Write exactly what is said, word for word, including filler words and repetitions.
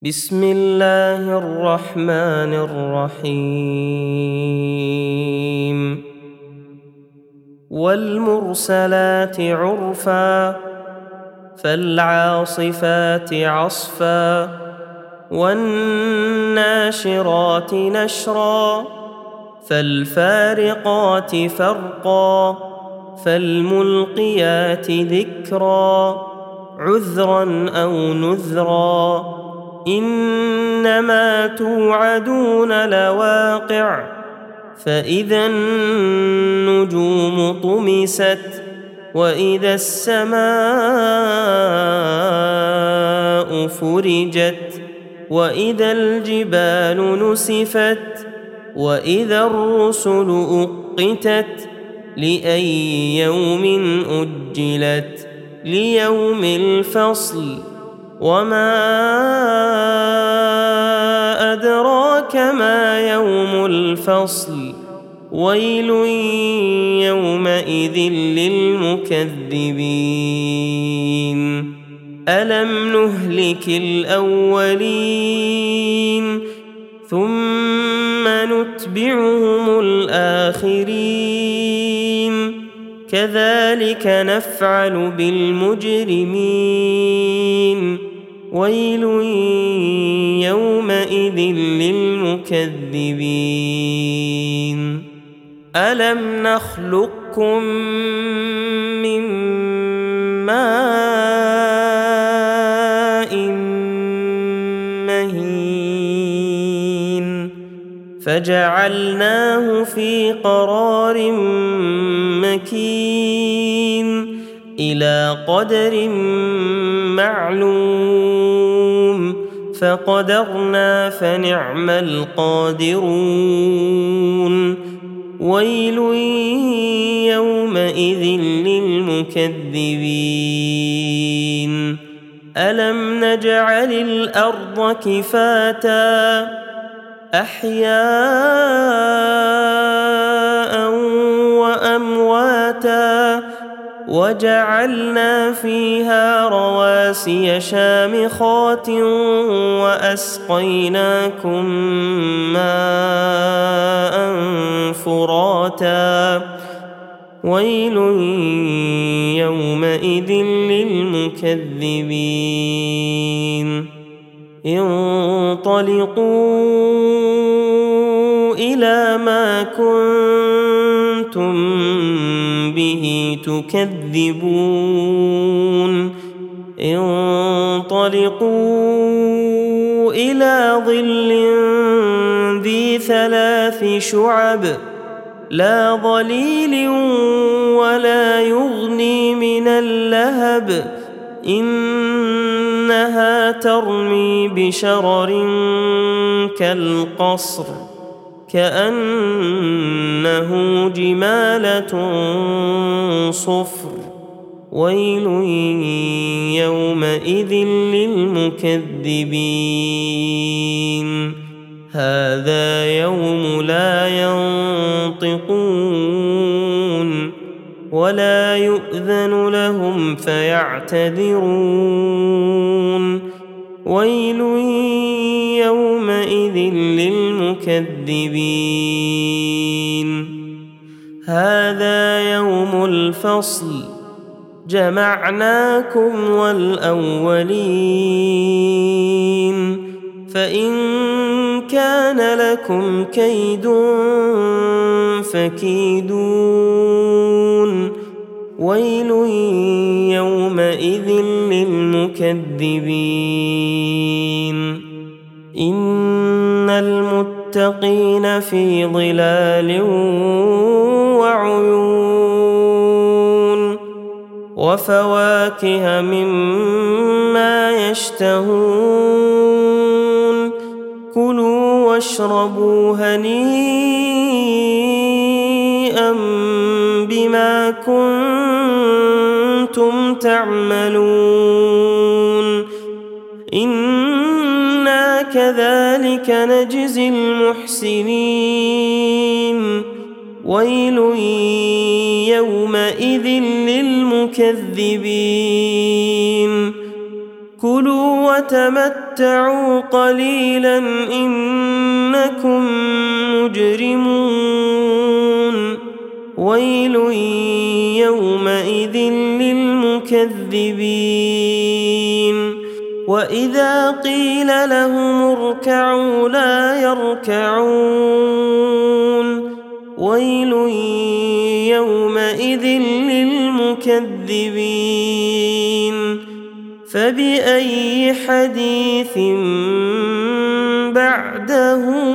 بسم الله الرحمن الرحيم والمرسلات عرفا فالعاصفات عصفا والناشرات نشرا فالفارقات فرقا فالملقيات ذكرا عذرا أو نذرا إنما توعدون لواقع فإذا النجوم طمست وإذا السماء فرجت وإذا الجبال نسفت وإذا الرسل أقتت لأي يوم أجلت ليوم الفصل وما أدراك ما يوم الفصل ويل يومئذ للمكذبين ألم نهلك الأولين ثم نتبعهم الآخرين كذلك نفعل بالمجرمين ويل يومئذ للمكذبين ألم نخلقكم من ماء مهين فجعلناه في قرار مكين إلى قدر معلوم فقدرنا فنعم القادرون ويل يومئذ للمكذبين ألم نجعل الأرض كفاتا أحياء وأمواتا وجعلنا فيها رواسي شامخات وأسقيناكم ماء فراتا ويل يومئذ للمكذبين انطلقوا إلى ما كنتم به تكذبون انطلقوا إلى ظل ذي ثلاث شعب لا ظليل ولا يغني من اللهب إنها ترمي بشرر كالقصر كأنه جمالة صفر ويل يومئذ للمكذبين هذا يوم لا ينطقون ولا يؤذن لهم فيعتذرون ويل يومئذ للمكذبين هذا يوم الفصل جمعناكم والأولين فإن كان لكم كيد فكيدون ويل يومئذ للمكذبين إن المتقين في ظلال وعيون وفواكه مما يشتهون كلوا واشربوا هنيئا بما كنتم تعملون إنا كذلك نجزي المحسنين ويل يومئذ للمكذبين كلوا وتمتعوا تمتعوا قليلا إنكم مجرمون ويل يومئذ للمكذبين وإذا قيل لهم اركعوا لا يركعون ويل يومئذ للمكذبين فبأي حديث بعده